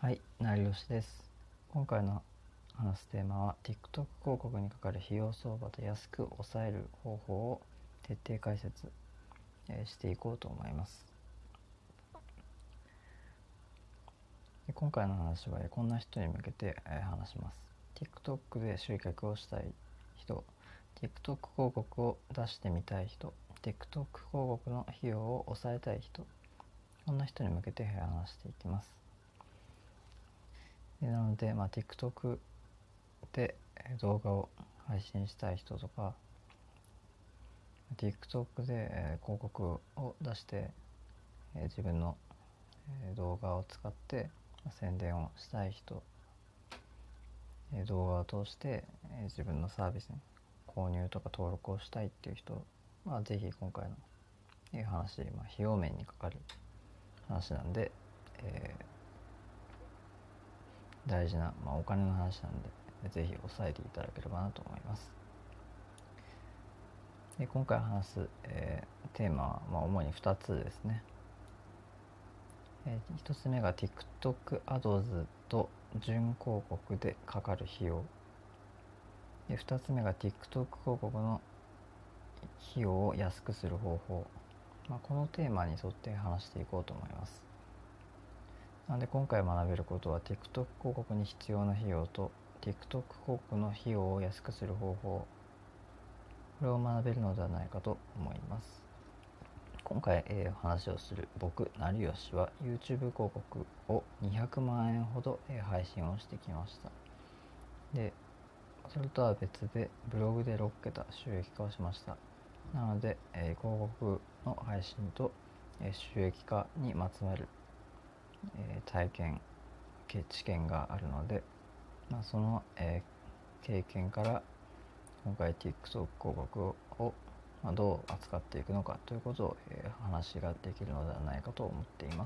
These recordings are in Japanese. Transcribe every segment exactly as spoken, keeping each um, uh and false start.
はい、成吉です。今回の話すテーマは TikTok 広告にかかる費用相場と安く抑える方法を徹底解説、えーしていこうと思います。で今回の話は、えーこんな人に向けて、えー話します。TikTok で集客をしたい人、TikTok 広告を出してみたい人、TikTok 広告の費用を抑えたい人、こんな人に向けて話していきます。でなので、まあ、TikTok で動画を配信したい人とか TikTok で、えー広告を出して、えー自分の、えー動画を使って、まあ、宣伝をしたい人、えー動画を通して、えー自分のサービスに購入とか登録をしたいっていう人はぜひ今回の、えー話、まあ、費用面にかかる話なんで、えー大事な、まあ、お金の話なんでぜひ押さえていただければなと思います。で今回話す、えーテーマは、まあ、主にふたつですね。えー、ひとつめが TikTok アドズと準広告でかかる費用で、ふたつめが TikTok 広告の費用を安くする方法、まあ、このテーマに沿って話していこうと思います。なので今回学べることは TikTok 広告に必要な費用と TikTok 広告の費用を安くする方法、これを学べるのではないかと思います。今回、えー、話をする僕成吉は YouTube 広告をにひゃくまんえんほど、えー、配信をしてきました。でそれとは別でブログでろっけた収益化をしました。なので、えー、広告の配信と、えー、収益化にまつわる、えー、体験知見があるので、まあ、その、えー、経験から今回 TikTok 広告を、をまあ、どう扱っていくのかということを、えー、話ができるのではないかと思っています。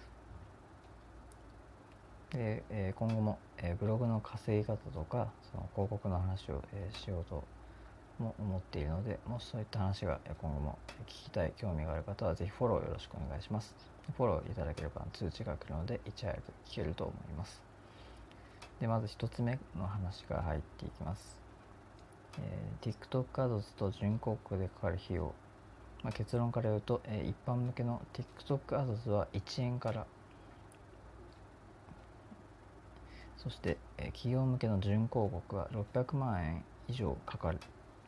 で、えー、今後も、えー、ブログの稼ぎ方とかその広告の話を、えー、しようとも思っているので、もしそういった話が今後も聞きたい、興味がある方はぜひフォローよろしくお願いします。フォローいただければ通知が来るのでいち早く聞けると思います。でまずひとつめの話が入っていきます。えー、TikTok アドズと準広告でかかる費用、まあ、結論から言うと、えー、一般向けの TikTok アドズはいちえんから、そして、えー、企業向けの準広告はろっぴゃくまんえん以上かかる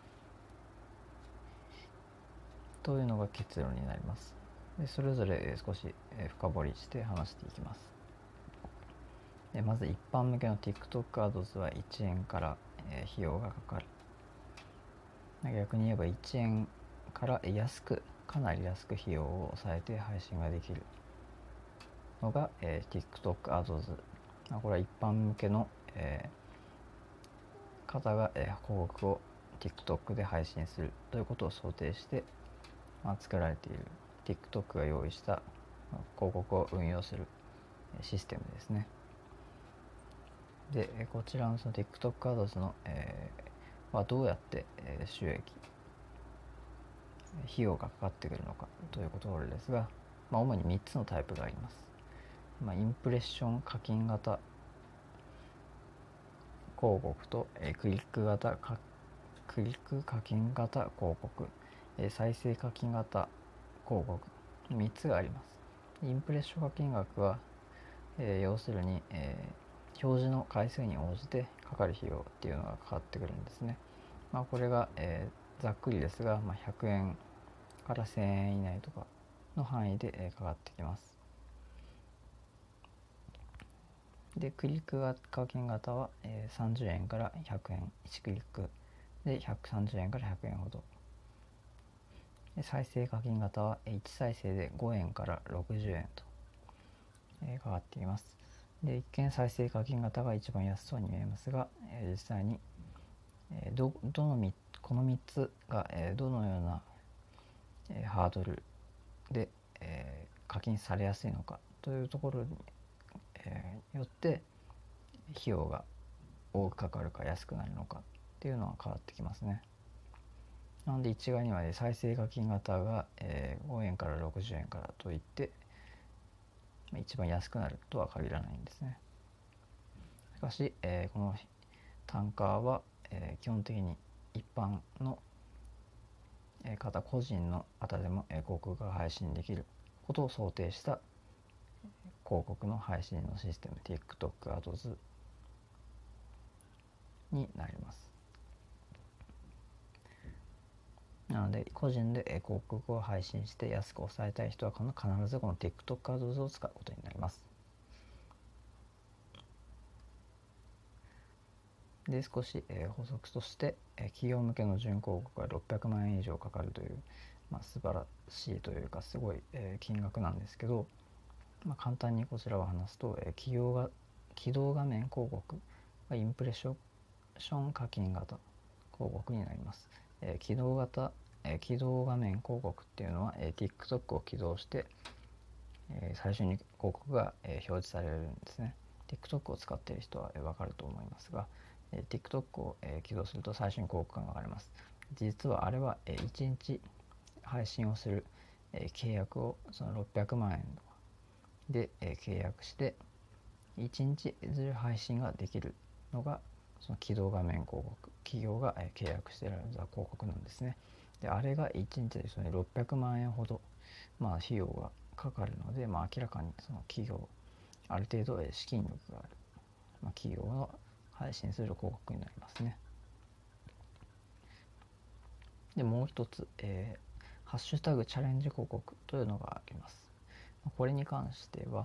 というのが結論になります。でそれぞれ少し深掘りして話していきます。でまず一般向けの TikTok アドズはいちえんから、えー、費用がかかる。逆に言えばいちえんから安く、かなり安く費用を抑えて配信ができるのが、えー、TikTok アドズ。これは一般向けの、えー、方が、えー、広告を TikTok で配信するということを想定して、まあ、作られている TikTok が用意した広告を運用するシステムですね。でこちらのその TikTok アドズの、えー、はどうやって、えー、収益費用がかかってくるのかというところですが、まあ、主にみっつのタイプがあります。まあ、インプレッション課金型広告と、えー、クリック型クリック課金型広告、えー、再生課金型広告、みっつがあります。インプレッション課金額は、えー、要するに、えー、表示の回数に応じてかかる費用っていうのがかかってくるんですね。まあ、これが、えー、ざっくりですが、まあ、ひゃくえんからせんえん以内とかの範囲で、えー、かかってきます。でクリック課金型は、えー、さんじゅうえんからひゃくえん、いちクリックでひゃくさんじゅうえんからひゃくえんほど。で再生課金型はいち再生でごえんからろくじゅうえんと、えー、かかっています。で一見再生課金型が一番安そうに見えますが、えー、実際に、えー、どどのみこのみっつが、えー、どのような、えー、ハードルで、えー、課金されやすいのかというところに、えー、よって費用が多くかかるか安くなるのかっていうのは変わってきますね。なので一概には、ね、再生課金型が、えー、ごえんからろくじゅうえんからといって、 一番安くなるとは限らないんですね。しかし、えー、この単価は、えー、基本的に一般の方個人の方でも広告が配信できることを想定した広告の配信のシステム TikTok Ads になります。なので個人で広告を配信して安く抑えたい人は必ずこの TikTok Ads を使うことになります。で少し、えー、補足として、えー、企業向けの準広告はろっぴゃくまんえん以上かかるという、まあ、素晴らしいというかすごい、えー、金額なんですけど、まあ、簡単にこちらを話すと、えー、企業が起動画面広告はインプレッション課金型広告になります。えー、起動型、えー、起動画面広告っていうのは、えー、TikTok を起動して、えー、最初に広告が、えー、表示されるんですね。TikTok を使っている人は、えー、分かると思いますが、えー、TikTok を、えー、起動すると最初に広告が流れます。実はあれは、えー、いちにち配信をする、えー、契約をそのろっぴゃくまんえんで、えー、契約していちにちずつ配信ができるのがその起動画面広告、企業が、えー、契約している広告なんですね。であれがいちにちでそのろっぴゃくまんえんほど、まあ、費用がかかるので、まあ、明らかにその企業ある程度資金力がある、まあ、企業の配信する広告になりますね。でもう一つ、えー、ハッシュタグチャレンジ広告というのがあります。これに関しては、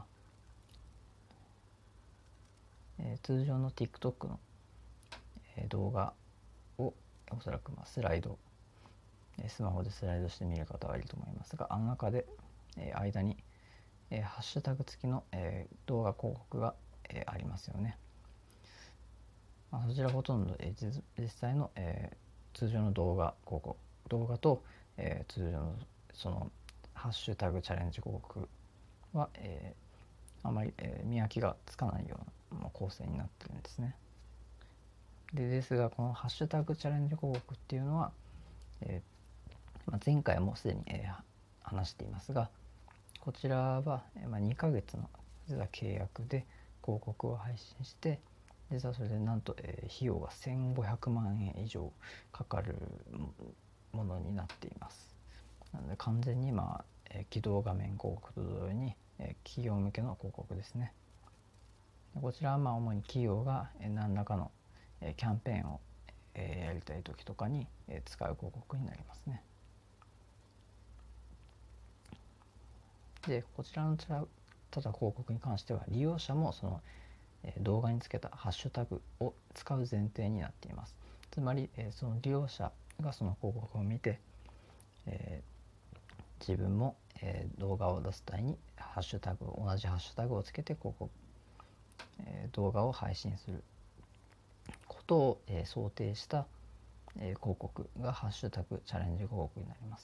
えー、通常の TikTok の、えー、動画をおそらくまあスライド、えー、スマホでスライドして見る方はいると思いますが、あの中で、えー、間に、えー、ハッシュタグ付きの、えー、動画広告が、えー、ありますよね。まあ、そちらほとんど、えー、実際の、えー、通常の動画広告動画と、えー、通常のそのハッシュタグチャレンジ広告は、えー、あまり、えー、見分けがつかないような、まあ、構成になってるんですね。でですがこのハッシュタグチャレンジ広告っていうのは、えーまあ、前回もすでに、えー、話していますが、こちらは、えーまあ、にかげつの実は契約で広告を配信して、実はそれでなんと、えー、費用がせんごひゃくまんえん以上かかるものになっています。なので完全に、まあえー、起動画面広告と同様に、えー、企業向けの広告ですね。こちらはまあ主に企業が何らかのキャンペーンをやりたい時とかに使う広告になりますね。でこちらのただ広告に関しては利用者もその動画につけたハッシュタグを使う前提になっています。つまりその利用者がその広告を見て、えー、自分も動画を出す際にハッシュタグ同じハッシュタグをつけて広告、えー、動画を配信することを、えー、想定した、えー、広告がハッシュタグチャレンジ広告になります。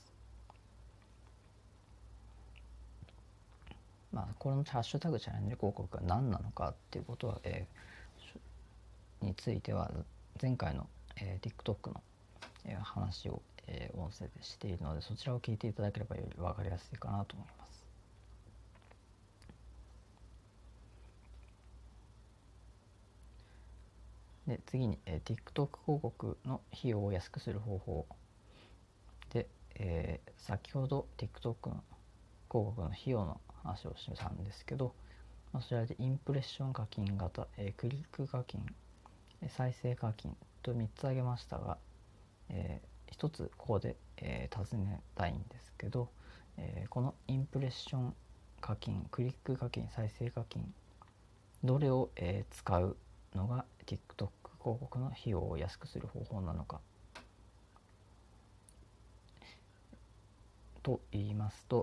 まあ、このハッシュタグチャレンジ広告が何なのかっていうことは、えー、については前回の、えー、TikTok の、えー、話を、えー、音声でしているので、そちらを聞いていただければより分かりやすいかなと思います。で次に、えー、TikTok 広告の費用を安くする方法で、えー、先ほど TikTok の広告の費用の話をしたんですけど、まあ、それでインプレッション課金型、えー、クリック課金、再生課金とみっつ挙げましたが、えー、ひとつここで、えー、尋ねたいんですけど、えー、このインプレッション課金、クリック課金、再生課金、どれを、えー、使うのが TikTok 広告の費用を安くする方法なのかと言いますと、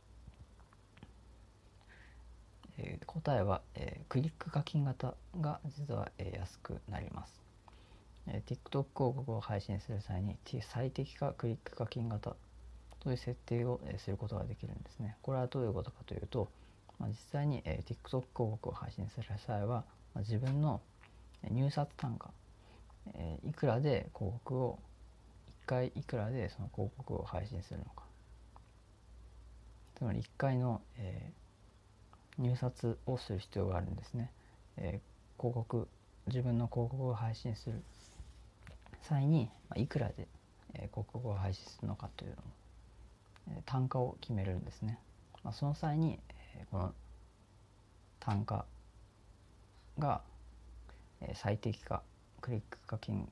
えー、答えは、えー、クリック課金型が実は、えー、安くなります。えー、TikTok 広告を配信する際に最適化クリック課金型という設定を、えー、することができるんですね。これはどういうことかというと、まあ、実際に、えー、TikTok 広告を配信する際は、まあ、自分の入札単価、えー、いくらで広告をいっかいいくらでその広告を配信するのか、つまりいっかいの、えー入札をする必要があるんですね。えー、広告自分の広告を配信する際にいくらで広告を配信するのかというのも単価を決めるんですね。まあ、その際にこの単価が最適化クリック課金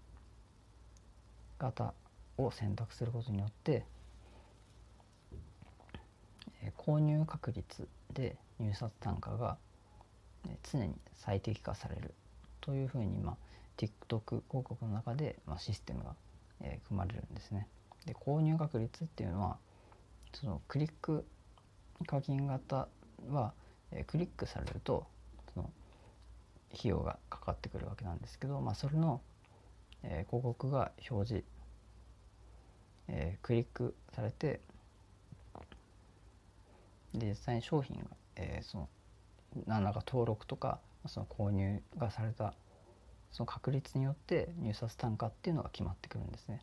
型を選択することによって購入確率で入札単価が常に最適化されるというふうに、まあ、TikTok 広告の中で、まあ、システムが、えー、組まれるんですね。で購入確率っていうのはそのクリック課金型は、えー、クリックされるとその費用がかかってくるわけなんですけど、まあ、それの、えー、広告が表示、えー、クリックされてで実際に商品が、えー、その何らか登録とかその購入がされたその確率によって入札単価っていうのが決まってくるんですね。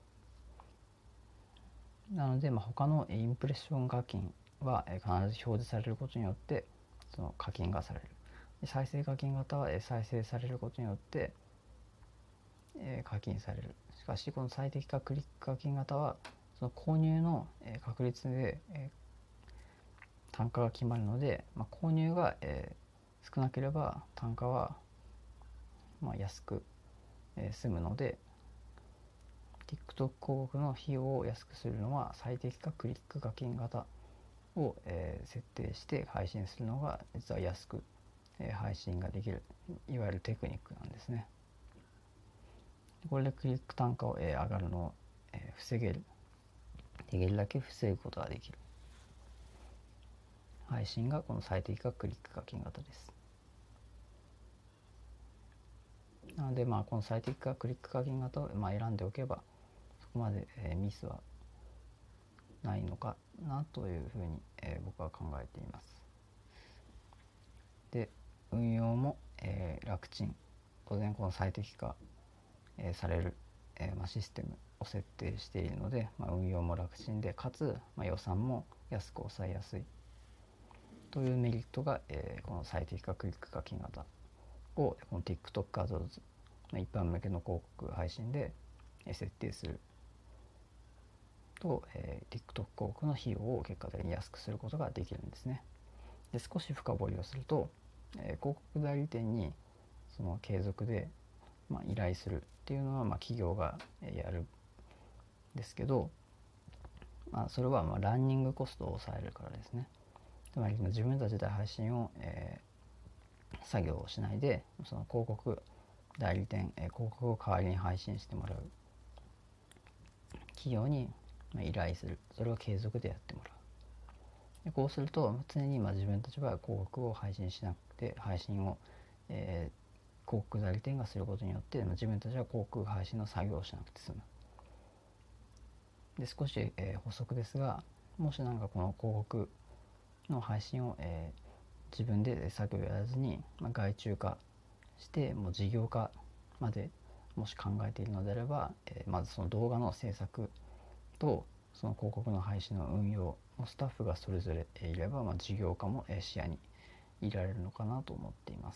なので、まあ、他のインプレッション課金は必ず表示されることによってその課金がされる。再生課金型は再生されることによって、えー、課金される。しかしこの最適化クリック課金型はその購入の確率で、えー、単価が決まるので、まあ、購入が、えー、少なければ単価は、まあ、安く、えー、済むので TikTok 広告の費用を安くするのは最適化クリック課金型を、えー、設定して配信するのが実は安く、えー、配信ができるいわゆるテクニックなんですね。これでクリック単価を、えー、上がるのを、えー、防げるできるだけ防ぐことができる配信がこの最適化クリック課金型です。なのでまあこの最適化クリック課金型をまあ選んでおけばそこまで、えー、ミスはないのかなというふうに、えー、僕は考えています。で運用も、えー、楽ちん当然この最適化、えー、される、えーまあ、システムを設定しているので、まあ、運用も楽ちんでかつ、まあ、予算も安く抑えやすいというメリットが、えー、この最適化クリック課金型をこの TikTok アドズ一般向けの広告配信で設定すると、えー、TikTok 広告の費用を結果的に安くすることができるんですね。で少し深掘りをすると、えー、広告代理店にその継続で、まあ、依頼するっていうのは、まあ、企業がやるんですけど、まあ、それはまあランニングコストを抑えるからですね。つまり自分たちで配信を、えー、作業をしないでその広告代理店、えー、広告を代わりに配信してもらう企業に依頼する。それを継続でやってもらう。でこうすると常にまあ自分たちは広告を配信しなくて配信を、えー、広告代理店がすることによって自分たちは広告配信の作業をしなくて済む。で少し、えー、補足ですが、もしなんかこの広告の配信を、えー、自分で作業やらずに、まあ、外注化してもう事業化までもし考えているのであれば、えー、まずその動画の制作とその広告の配信の運用のスタッフがそれぞれいれば、まあ、事業化も視野に入れられるのかなと思っています。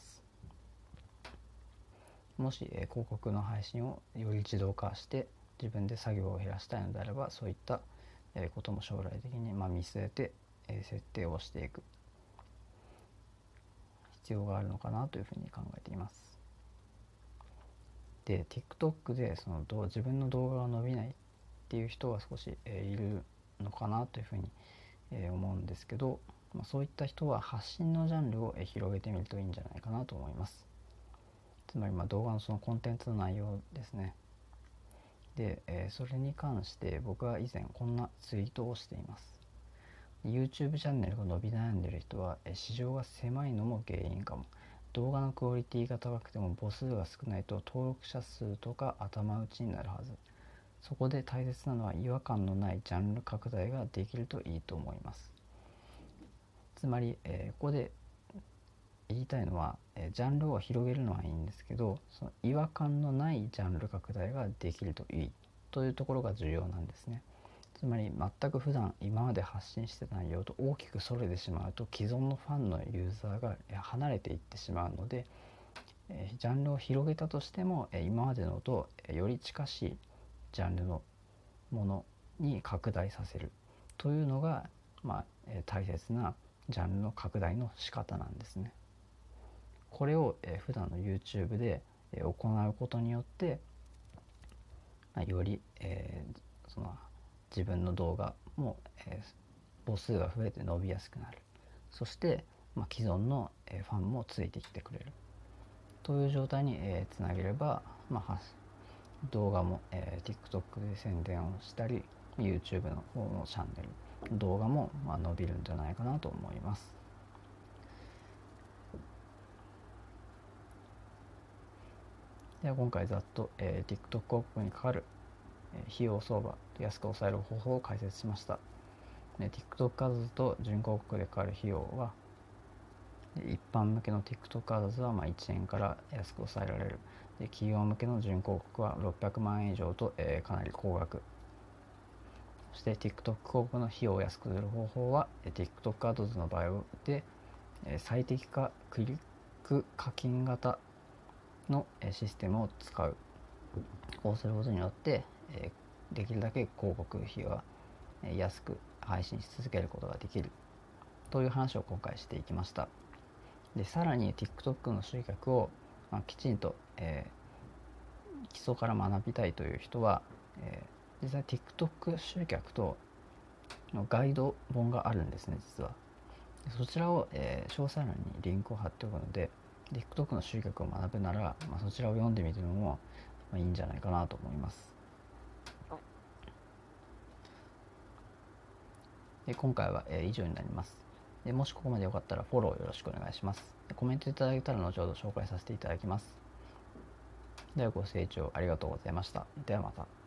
もし、えー、広告の配信をより自動化して自分で作業を減らしたいのであればそういった、えー、ことも将来的に、まあ、見据えて、えー、設定をしていく必要があるのかなというふうに考えています。で TikTok でその自分の動画が伸びないっていう人が少し、えー、いるのかなというふうに、えー、思うんですけど、まあ、そういった人は発信のジャンルを、えー、広げてみるといいんじゃないかなと思います。つまりまあ動画のそのコンテンツの内容ですね。で、えー、それに関して僕は以前こんなツイートをしています。YouTube チャンネルが伸び悩んでいる人は、えー、市場が狭いのも原因かも。動画のクオリティが高くても母数が少ないと登録者数とか頭打ちになるはず。そこで大切なのは違和感のないジャンル拡大ができるといいと思います。つまり、えー、ここで言いたいのは、えー、ジャンルを広げるのはいいんですけどその違和感のないジャンル拡大ができるといいというところが重要なんですね。つつまり全く普段今まで発信してた内容と大きくそれてしまうと既存のファンのユーザーが離れていってしまうので、えージャンルを広げたとしても、えー今までのとより近しいジャンルのものに拡大させるというのが、まあえー大切なジャンルの拡大の仕方なんですね。これを、えー普段の YouTube で、えー行うことによって、まあ、より、えーその自分の動画も、えー母数が増えて伸びやすくなる。そして、まあ、既存の、えーファンもついてきてくれるという状態に、えーつなげれば、まあ、動画も、えー TikTok で宣伝をしたり YouTube の方のチャンネル動画も、まあ、伸びるんじゃないかなと思います。では今回ざっと、えー TikTok 広告にかかる、えー費用相場安く抑える方法を解説しました。で TikTok アドズと準広告でかかる費用は、一般向けの TikTok アドズはまあいちえんから安く抑えられる。で企業向けの準広告はろっぴゃくまんえん以上と、えーかなり高額。そして TikTok 広告の費用を安くする方法は TikTok アドズの場合で最適化クリック課金型のシステムを使う。こうすることによってできるだけ広告費は安く配信し続けることができるという話を今回していきました。でさらに TikTok の集客を、まあ、きちんと、えー、基礎から学びたいという人は、えー、実際 TikTok 集客とのガイド本があるんですね、実は。そちらを、えー、詳細欄にリンクを貼っておくので TikTok の集客を学ぶなら、まあ、そちらを読んでみるのも、まあ、いいんじゃないかなと思います。で今回は、えー、以上になります。でもしここまでよかったらフォローよろしくお願いします。コメントいただけたら後ほど紹介させていただきます。ではご清聴ありがとうございました。ではまた。